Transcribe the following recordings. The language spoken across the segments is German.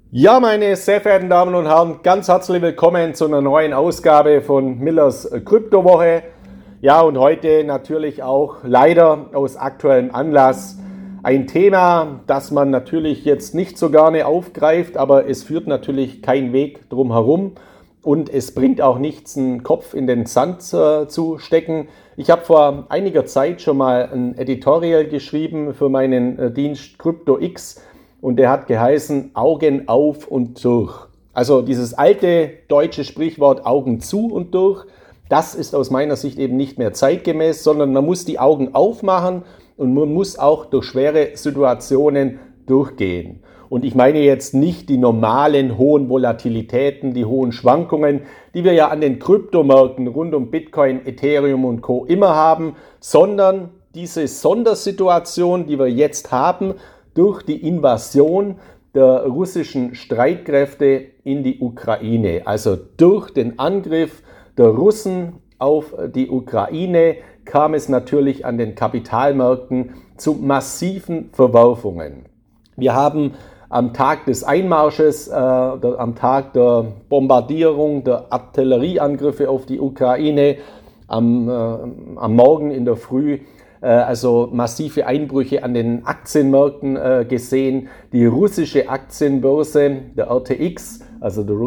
Ja, meine sehr verehrten Damen und Herren, ganz herzlich willkommen zu einer neuen Ausgabe von Millers Kryptowoche. Ja, und heute natürlich auch leider aus aktuellem Anlass ein Thema, das man natürlich jetzt nicht so gerne aufgreift, aber es führt natürlich kein Weg drum herum und es bringt auch nichts, einen Kopf in den Sand zu stecken. Ich habe vor einiger Zeit schon mal ein Editorial geschrieben für meinen Dienst CryptoX. Und der hat geheißen, Augen auf und durch. Also dieses alte deutsche Sprichwort Augen zu und durch, das ist aus meiner Sicht eben nicht mehr zeitgemäß, sondern man muss die Augen aufmachen und man muss auch durch schwere Situationen durchgehen. Und ich meine jetzt nicht die normalen hohen Volatilitäten, die hohen Schwankungen, die wir ja an den Kryptomärkten rund um Bitcoin, Ethereum und Co. immer haben, sondern diese Sondersituation, die wir jetzt haben, durch die Invasion der russischen Streitkräfte in die Ukraine. Also durch den Angriff der Russen auf die Ukraine kam es natürlich an den Kapitalmärkten zu massiven Verwerfungen. Wir haben am Tag des Einmarsches, am Tag der Bombardierung, der Artillerieangriffe auf die Ukraine, am Morgen in der Früh, also massive Einbrüche an den Aktienmärkten gesehen. Die russische Aktienbörse, der RTX, also der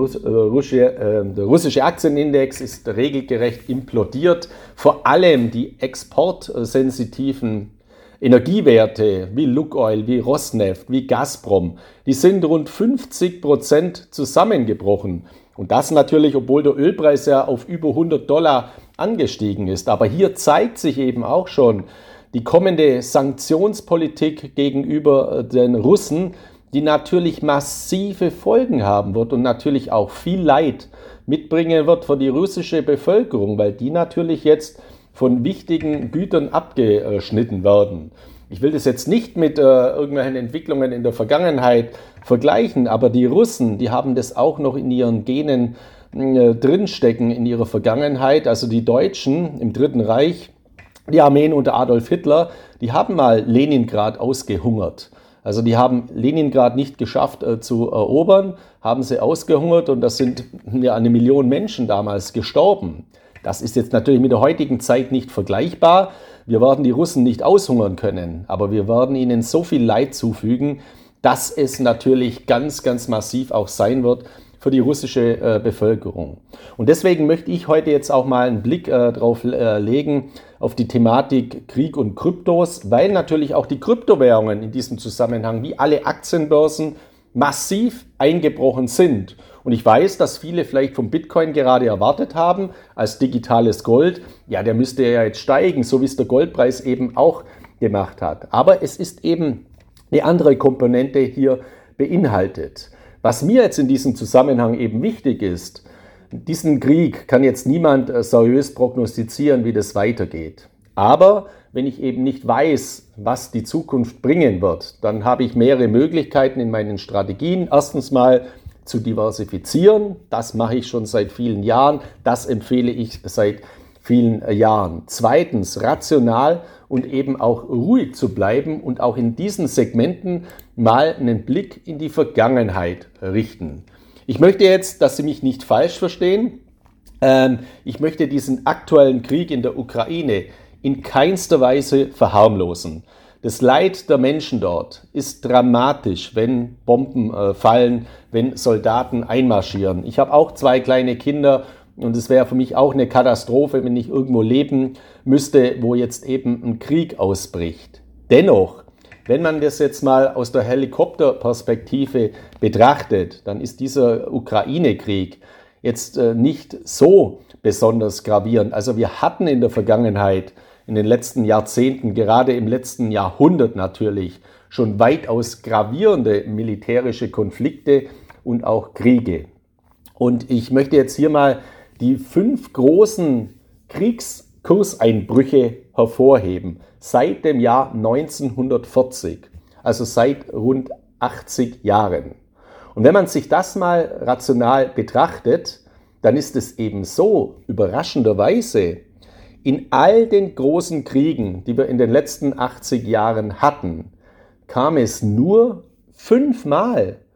russische Aktienindex, ist regelgerecht implodiert. Vor allem die exportsensitiven Energiewerte wie Lukoil, wie Rosneft, wie Gazprom, die sind rund 50% zusammengebrochen. Und das natürlich, obwohl der Ölpreis ja auf über $100 angestiegen ist. Aber hier zeigt sich eben auch schon die kommende Sanktionspolitik gegenüber den Russen, die natürlich massive Folgen haben wird und natürlich auch viel Leid mitbringen wird für die russische Bevölkerung, weil die natürlich jetzt von wichtigen Gütern abgeschnitten werden. Ich will das jetzt nicht mit irgendwelchen Entwicklungen in der Vergangenheit vergleichen, aber die Russen, die haben das auch noch in ihren Genen drinstecken in ihrer Vergangenheit. Also die Deutschen im Dritten Reich, die Armeen unter Adolf Hitler, die haben mal Leningrad ausgehungert. Also die haben Leningrad nicht geschafft zu erobern, haben sie ausgehungert und das sind ja 1 Million Menschen damals gestorben. Das ist jetzt natürlich mit der heutigen Zeit nicht vergleichbar. Wir werden die Russen nicht aushungern können, aber wir werden ihnen so viel Leid zufügen, dass es natürlich ganz, ganz massiv auch sein wird für die russische Bevölkerung. Und deswegen möchte ich heute jetzt auch mal einen Blick drauf legen auf die Thematik Krieg und Kryptos, weil natürlich auch die Kryptowährungen in diesem Zusammenhang wie alle Aktienbörsen massiv eingebrochen sind. Und ich weiß, dass viele vielleicht vom Bitcoin gerade erwartet haben, als digitales Gold, ja, der müsste ja jetzt steigen, so wie es der Goldpreis eben auch gemacht hat. Aber es ist eben eine andere Komponente hier beinhaltet. Was mir jetzt in diesem Zusammenhang eben wichtig ist, diesen Krieg kann jetzt niemand seriös prognostizieren, wie das weitergeht. Aber wenn ich eben nicht weiß, was die Zukunft bringen wird, dann habe ich mehrere Möglichkeiten in meinen Strategien. Erstens mal zu diversifizieren. Das mache ich schon seit vielen Jahren. Das empfehle ich seit vielen Jahren. Zweitens, rational und eben auch ruhig zu bleiben und auch in diesen Segmenten mal einen Blick in die Vergangenheit richten. Ich möchte jetzt, dass Sie mich nicht falsch verstehen. Ich möchte diesen aktuellen Krieg in der Ukraine in keinster Weise verharmlosen. Das Leid der Menschen dort ist dramatisch, wenn Bomben fallen, wenn Soldaten einmarschieren. Ich habe auch 2 kleine Kinder und es wäre für mich auch eine Katastrophe, wenn ich irgendwo leben müsste, wo jetzt eben ein Krieg ausbricht. Dennoch, wenn man das jetzt mal aus der Helikopterperspektive betrachtet, dann ist dieser Ukraine-Krieg jetzt nicht so besonders gravierend. Also wir hatten in der Vergangenheit, in den letzten Jahrzehnten, gerade im letzten Jahrhundert natürlich, schon weitaus gravierende militärische Konflikte und auch Kriege. Und ich möchte jetzt hier mal die 5 großen Kriegskurseinbrüche hervorheben, seit dem Jahr 1940, also seit rund 80 Jahren. Und wenn man sich das mal rational betrachtet, dann ist es eben so, überraschenderweise, in all den großen Kriegen, die wir in den letzten 80 Jahren hatten, kam es nur 5 Mal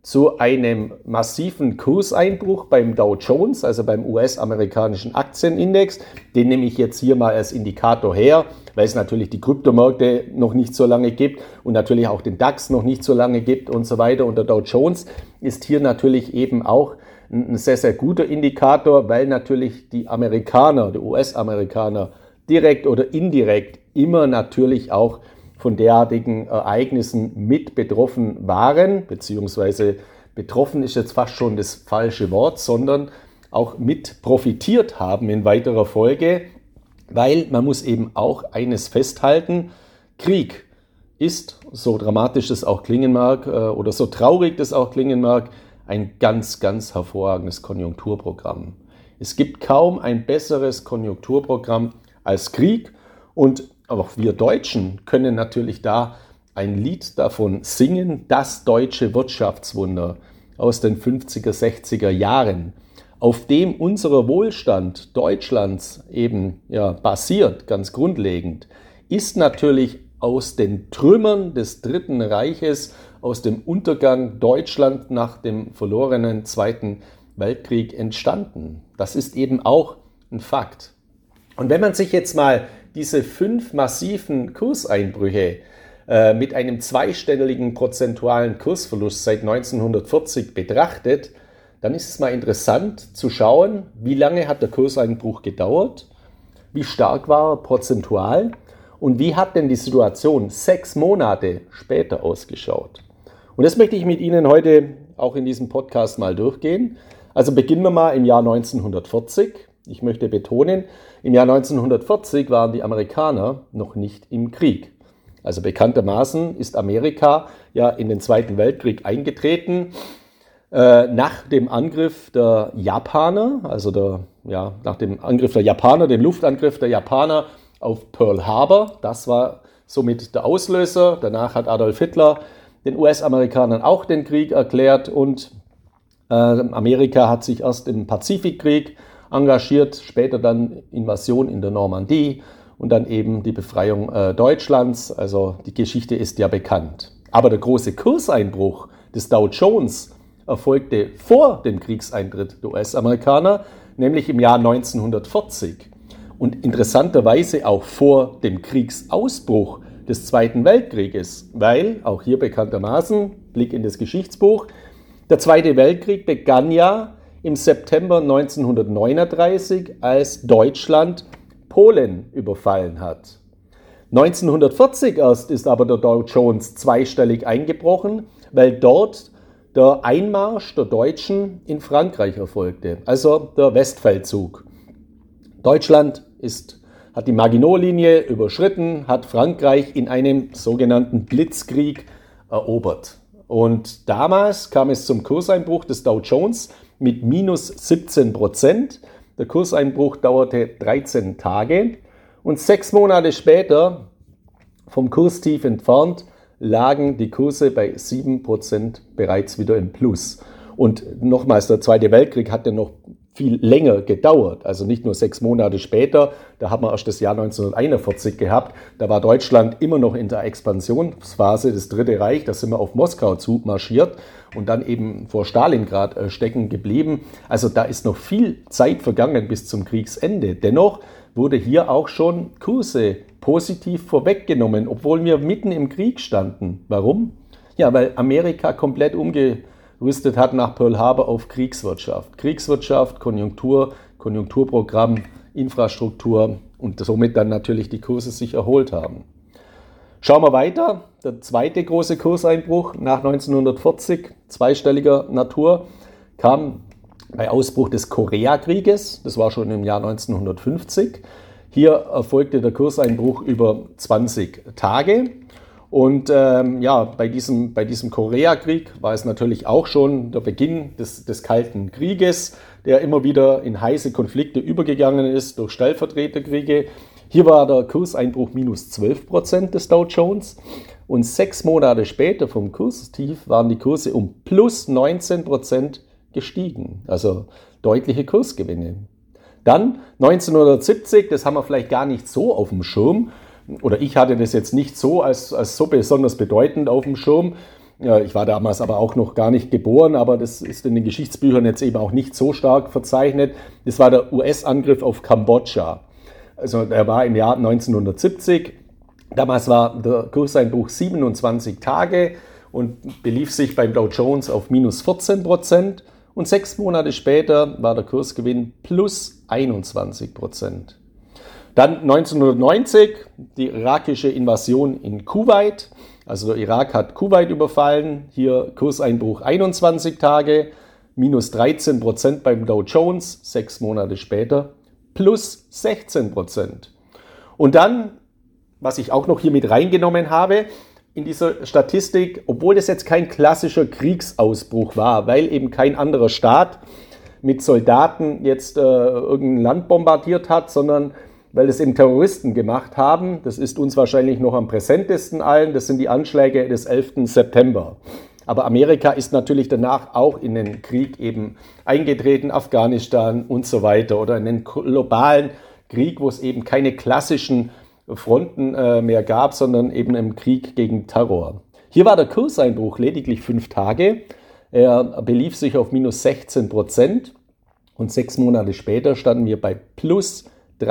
zu einem massiven Kurseinbruch beim Dow Jones, also beim US-amerikanischen Aktienindex. Den nehme ich jetzt hier mal als Indikator her, weil es natürlich die Kryptomärkte noch nicht so lange gibt und natürlich auch den DAX noch nicht so lange gibt und so weiter. Und der Dow Jones ist hier natürlich eben auch ein sehr, sehr guter Indikator, weil natürlich die Amerikaner, die US-Amerikaner direkt oder indirekt immer natürlich auch von derartigen Ereignissen mit betroffen waren, beziehungsweise betroffen ist jetzt fast schon das falsche Wort, sondern auch mit profitiert haben in weiterer Folge, weil man muss eben auch eines festhalten, Krieg ist, so dramatisch das auch klingen mag oder so traurig das auch klingen mag, ein ganz, ganz hervorragendes Konjunkturprogramm. Es gibt kaum ein besseres Konjunkturprogramm als Krieg und auch wir Deutschen können natürlich da ein Lied davon singen, das deutsche Wirtschaftswunder aus den 50er, 60er Jahren, auf dem unser Wohlstand Deutschlands eben basiert, ganz grundlegend, ist natürlich aus den Trümmern des Dritten Reiches, aus dem Untergang Deutschland nach dem verlorenen Zweiten Weltkrieg entstanden. Das ist eben auch ein Fakt. Und wenn man sich jetzt mal diese 5 massiven Kurseinbrüche mit einem zweistelligen prozentualen Kursverlust seit 1940 betrachtet, dann ist es mal interessant zu schauen, wie lange hat der Kurseinbruch gedauert, wie stark war er prozentual und wie hat denn die Situation 6 Monate später ausgeschaut. Und das möchte ich mit Ihnen heute auch in diesem Podcast mal durchgehen. Also beginnen wir mal im Jahr 1940. Ich möchte betonen, im Jahr 1940 waren die Amerikaner noch nicht im Krieg. Also bekanntermaßen ist Amerika ja in den Zweiten Weltkrieg eingetreten nach dem Angriff der Japaner, nach dem Angriff der Japaner, dem Luftangriff der Japaner auf Pearl Harbor. Das war somit der Auslöser. Danach hat Adolf Hitler den US-Amerikanern auch den Krieg erklärt und Amerika hat sich erst im Pazifikkrieg engagiert, später dann Invasion in der Normandie und dann eben die Befreiung Deutschlands. Also die Geschichte ist ja bekannt. Aber der große Kurseinbruch des Dow Jones erfolgte vor dem Kriegseintritt der US-Amerikaner, nämlich im Jahr 1940. Und interessanterweise auch vor dem Kriegsausbruch des Zweiten Weltkrieges, weil, auch hier bekanntermaßen, Blick in das Geschichtsbuch, der Zweite Weltkrieg begann ja im September 1939, als Deutschland Polen überfallen hat. 1940 erst ist aber der Dow Jones zweistellig eingebrochen, weil dort der Einmarsch der Deutschen in Frankreich erfolgte, also der Westfeldzug. Deutschland hat die Maginot-Linie überschritten, hat Frankreich in einem sogenannten Blitzkrieg erobert. Und damals kam es zum Kurseinbruch des Dow Jones mit minus 17%. Der Kurseinbruch dauerte 13 Tage und 6 Monate später, vom Kurstief entfernt, lagen die Kurse bei 7% bereits wieder im Plus. Und nochmals, der Zweite Weltkrieg hat ja noch viel länger gedauert, also nicht nur 6 Monate später, da haben wir erst das Jahr 1941 gehabt, da war Deutschland immer noch in der Expansionsphase, das Dritte Reich, da sind wir auf Moskau zumarschiert und dann eben vor Stalingrad stecken geblieben. Also da ist noch viel Zeit vergangen bis zum Kriegsende. Dennoch wurde hier auch schon Kurse positiv vorweggenommen, obwohl wir mitten im Krieg standen. Warum? Ja, weil Amerika komplett umgerüstet hat nach Pearl Harbor auf Kriegswirtschaft. Kriegswirtschaft, Konjunkturprogramm, Infrastruktur und somit dann natürlich die Kurse sich erholt haben. Schauen wir weiter. Der zweite große Kurseinbruch nach 1940, zweistelliger Natur, kam bei Ausbruch des Koreakrieges. Das war schon im Jahr 1950. Hier erfolgte der Kurseinbruch über 20 Tage. Und bei diesem Koreakrieg war es natürlich auch schon der Beginn des Kalten Krieges, der immer wieder in heiße Konflikte übergegangen ist durch Stellvertreterkriege. Hier war der Kurseinbruch minus 12% des Dow Jones und 6 Monate später vom Kurstief waren die Kurse um plus 19% gestiegen, also deutliche Kursgewinne. Dann 1970, das haben wir vielleicht gar nicht so auf dem Schirm, oder ich hatte das jetzt nicht so als so besonders bedeutend auf dem Schirm, Ja, ich war damals aber auch noch gar nicht geboren, aber das ist in den Geschichtsbüchern jetzt eben auch nicht so stark verzeichnet. Das war der US-Angriff auf Kambodscha. Also der war im Jahr 1970. Damals war der Kurseinbruch 27 Tage und belief sich beim Dow Jones auf minus 14%. Und 6 Monate später war der Kursgewinn plus 21%. Dann 1990 die irakische Invasion in Kuwait. Also der Irak hat Kuwait überfallen. Hier Kurseinbruch 21 Tage, minus 13% beim Dow Jones. 6 Monate später plus 16%. Und dann, was ich auch noch hier mit reingenommen habe, in dieser Statistik, obwohl das jetzt kein klassischer Kriegsausbruch war, weil eben kein anderer Staat mit Soldaten jetzt irgendein Land bombardiert hat, sondern weil es eben Terroristen gemacht haben. Das ist uns wahrscheinlich noch am präsentesten allen. Das sind die Anschläge des 11. September. Aber Amerika ist natürlich danach auch in den Krieg eben eingetreten, Afghanistan und so weiter, oder in den globalen Krieg, wo es eben keine klassischen Fronten mehr gab, sondern eben im Krieg gegen Terror. Hier war der Kurseinbruch lediglich 5 Tage. Er belief sich auf minus 16% und 6 Monate später standen wir bei plus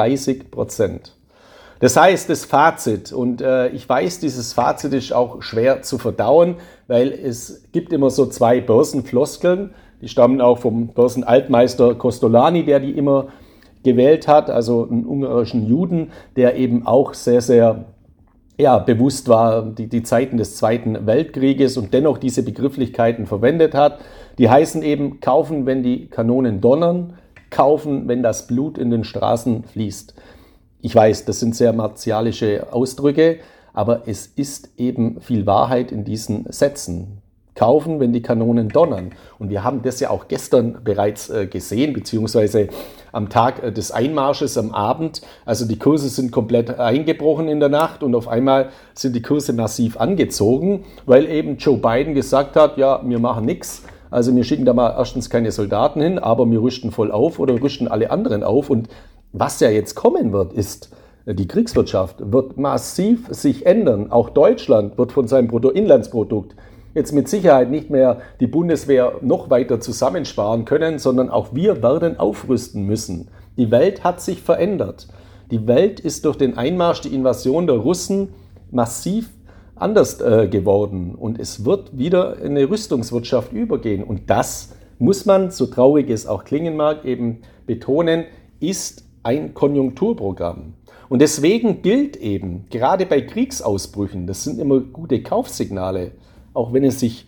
30%. Das heißt, das Fazit, und ich weiß, dieses Fazit ist auch schwer zu verdauen, weil es gibt immer so 2 Börsenfloskeln, die stammen auch vom Börsenaltmeister Kostolany, der die immer gewählt hat, also einen ungarischen Juden, der eben auch sehr, sehr bewusst war, die Zeiten des Zweiten Weltkrieges und dennoch diese Begrifflichkeiten verwendet hat. Die heißen eben, kaufen, wenn die Kanonen donnern, kaufen, wenn das Blut in den Straßen fließt. Ich weiß, das sind sehr martialische Ausdrücke, aber es ist eben viel Wahrheit in diesen Sätzen. Kaufen, wenn die Kanonen donnern. Und wir haben das ja auch gestern bereits gesehen, beziehungsweise am Tag des Einmarsches am Abend. Also die Kurse sind komplett eingebrochen in der Nacht und auf einmal sind die Kurse massiv angezogen, weil eben Joe Biden gesagt hat, ja, wir machen nichts. Also wir schicken da mal erstens keine Soldaten hin, aber wir rüsten voll auf oder rüsten alle anderen auf. Und was ja jetzt kommen wird, ist, die Kriegswirtschaft wird massiv sich ändern. Auch Deutschland wird von seinem Bruttoinlandsprodukt jetzt mit Sicherheit nicht mehr die Bundeswehr noch weiter zusammensparen können, sondern auch wir werden aufrüsten müssen. Die Welt hat sich verändert. Die Welt ist durch den Einmarsch, die Invasion der Russen massiv anders geworden und es wird wieder in eine Rüstungswirtschaft übergehen. Und das muss man, so traurig es auch klingen mag, eben betonen, ist ein Konjunkturprogramm. Und deswegen gilt eben, gerade bei Kriegsausbrüchen, das sind immer gute Kaufsignale, auch wenn es sich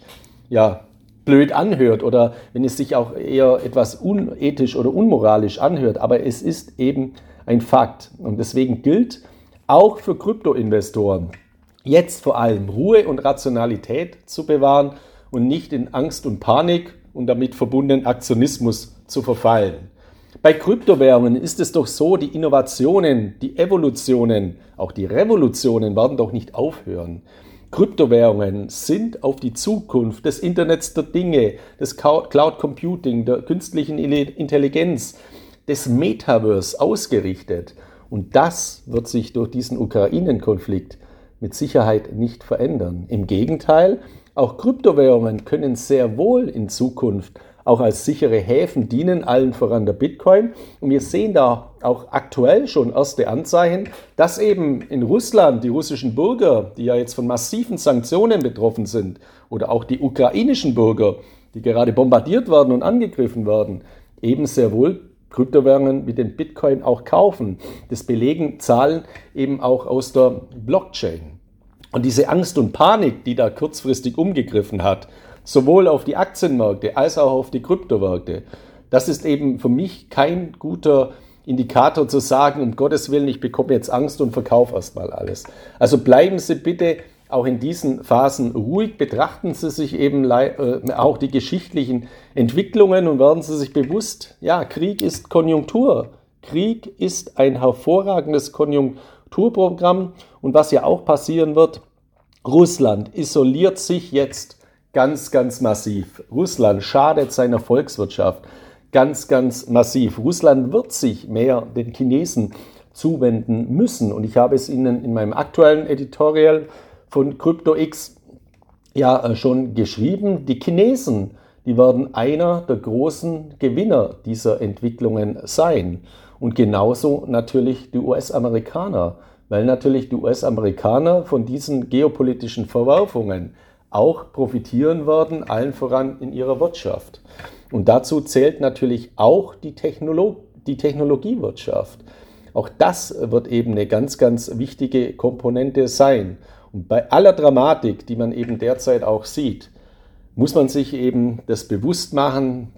blöd anhört oder wenn es sich auch eher etwas unethisch oder unmoralisch anhört, aber es ist eben ein Fakt. Und deswegen gilt auch für Kryptoinvestoren, jetzt vor allem Ruhe und Rationalität zu bewahren und nicht in Angst und Panik und damit verbundenen Aktionismus zu verfallen. Bei Kryptowährungen ist es doch so, die Innovationen, die Evolutionen, auch die Revolutionen werden doch nicht aufhören. Kryptowährungen sind auf die Zukunft des Internets der Dinge, des Cloud Computing, der künstlichen Intelligenz, des Metaverse ausgerichtet. Und das wird sich durch diesen Ukraine-Konflikt mit Sicherheit nicht verändern. Im Gegenteil, auch Kryptowährungen können sehr wohl in Zukunft auch als sichere Häfen dienen, allen voran der Bitcoin. Und wir sehen da auch aktuell schon erste Anzeichen, dass eben in Russland die russischen Bürger, die ja jetzt von massiven Sanktionen betroffen sind, oder auch die ukrainischen Bürger, die gerade bombardiert werden und angegriffen werden, eben sehr wohl Kryptowährungen wie den Bitcoin auch kaufen. Das belegen Zahlen eben auch aus der Blockchain. Und diese Angst und Panik, die da kurzfristig umgegriffen hat, sowohl auf die Aktienmärkte als auch auf die Kryptomärkte, das ist eben für mich kein guter Indikator zu sagen, um Gottes Willen, ich bekomme jetzt Angst und verkaufe erstmal alles. Also bleiben Sie bitte auch in diesen Phasen ruhig, betrachten Sie sich eben auch die geschichtlichen Entwicklungen und werden Sie sich bewusst, ja, Krieg ist Konjunktur. Krieg ist ein hervorragendes Konjunkturprogramm und was ja auch passieren wird, Russland isoliert sich jetzt ganz, ganz massiv. Russland schadet seiner Volkswirtschaft ganz, ganz massiv. Russland wird sich mehr den Chinesen zuwenden müssen. Und ich habe es Ihnen in meinem aktuellen Editorial von CryptoX schon geschrieben, die Chinesen, die werden einer der großen Gewinner dieser Entwicklungen sein. Und genauso natürlich die US-Amerikaner, weil natürlich die US-Amerikaner von diesen geopolitischen Verwerfungen auch profitieren werden, allen voran in ihrer Wirtschaft. Und dazu zählt natürlich auch die Technologiewirtschaft. Auch das wird eben eine ganz, ganz wichtige Komponente sein. Und bei aller Dramatik, die man eben derzeit auch sieht, muss man sich eben das bewusst machen,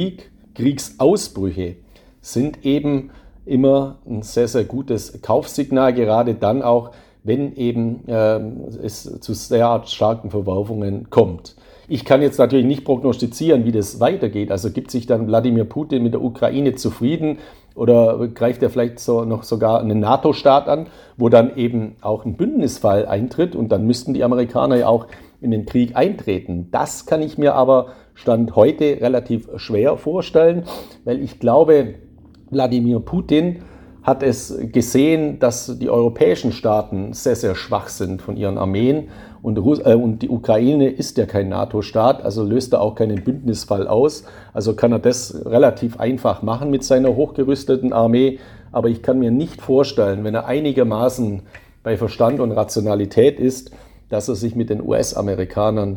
Kriegsausbrüche sind eben immer ein sehr, sehr gutes Kaufsignal, gerade dann auch, wenn eben es zu sehr starken Verwerfungen kommt. Ich kann jetzt natürlich nicht prognostizieren, wie das weitergeht. Also gibt sich dann Wladimir Putin mit der Ukraine zufrieden oder greift er vielleicht noch sogar einen NATO-Staat an, wo dann eben auch ein Bündnisfall eintritt und dann müssten die Amerikaner ja auch in den Krieg eintreten. Das kann ich mir aber Stand heute relativ schwer vorstellen, weil ich glaube, Wladimir Putin hat es gesehen, dass die europäischen Staaten sehr, sehr schwach sind von ihren Armeen und die Ukraine ist ja kein NATO-Staat, also löst er auch keinen Bündnisfall aus. Also kann er das relativ einfach machen mit seiner hochgerüsteten Armee. Aber ich kann mir nicht vorstellen, wenn er einigermaßen bei Verstand und Rationalität ist, dass er sich mit den US-Amerikanern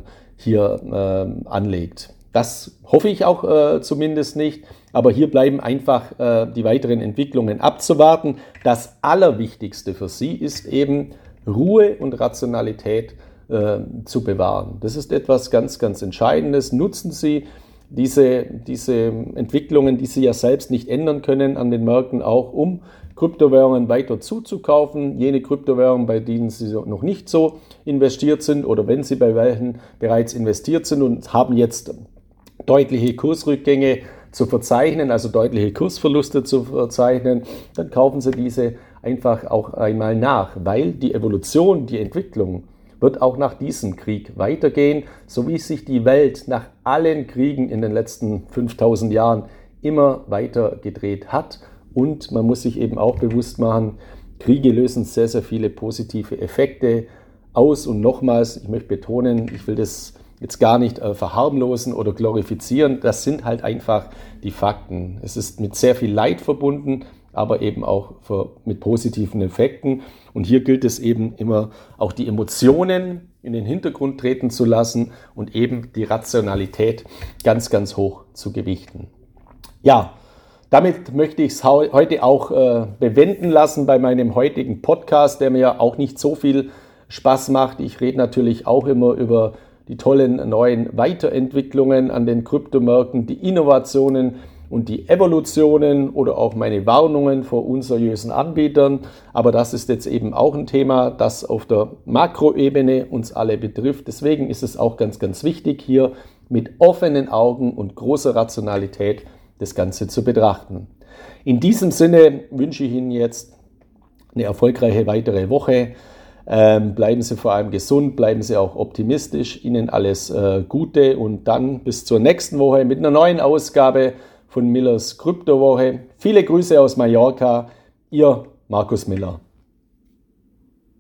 hier anlegt. Das hoffe ich auch zumindest nicht. Aber hier bleiben einfach die weiteren Entwicklungen abzuwarten. Das Allerwichtigste für Sie ist eben Ruhe und Rationalität zu bewahren. Das ist etwas ganz, ganz Entscheidendes. Nutzen Sie diese Entwicklungen, die Sie ja selbst nicht ändern können an den Märkten, auch um Kryptowährungen weiter zuzukaufen. Jene Kryptowährungen, bei denen Sie noch nicht so investiert sind oder wenn Sie bei welchen bereits investiert sind und haben jetzt deutliche Kursrückgänge zu verzeichnen, also deutliche Kursverluste zu verzeichnen, dann kaufen Sie diese einfach auch einmal nach, weil die Evolution, die Entwicklung wird auch nach diesem Krieg weitergehen, so wie sich die Welt nach allen Kriegen in den letzten 5000 Jahren immer weiter gedreht hat. Und man muss sich eben auch bewusst machen, Kriege lösen sehr, sehr viele positive Effekte aus. Und nochmals, ich möchte betonen, ich will das jetzt gar nicht verharmlosen oder glorifizieren. Das sind halt einfach die Fakten. Es ist mit sehr viel Leid verbunden, aber eben auch mit positiven Effekten. Und hier gilt es eben immer, auch die Emotionen in den Hintergrund treten zu lassen und eben die Rationalität ganz, ganz hoch zu gewichten. Ja, damit möchte ich es heute auch bewenden lassen bei meinem heutigen Podcast, der mir auch nicht so viel Spaß macht. Ich rede natürlich auch immer über die tollen neuen Weiterentwicklungen an den Kryptomärkten, die Innovationen und die Evolutionen oder auch meine Warnungen vor unseriösen Anbietern. Aber das ist jetzt eben auch ein Thema, das auf der Makroebene uns alle betrifft. Deswegen ist es auch ganz, ganz wichtig, hier mit offenen Augen und großer Rationalität das Ganze zu betrachten. In diesem Sinne wünsche ich Ihnen jetzt eine erfolgreiche weitere Woche. Bleiben Sie vor allem gesund, bleiben Sie auch optimistisch. Ihnen alles Gute und dann bis zur nächsten Woche mit einer neuen Ausgabe von Millers Kryptowoche. Viele Grüße aus Mallorca, Ihr Markus Miller.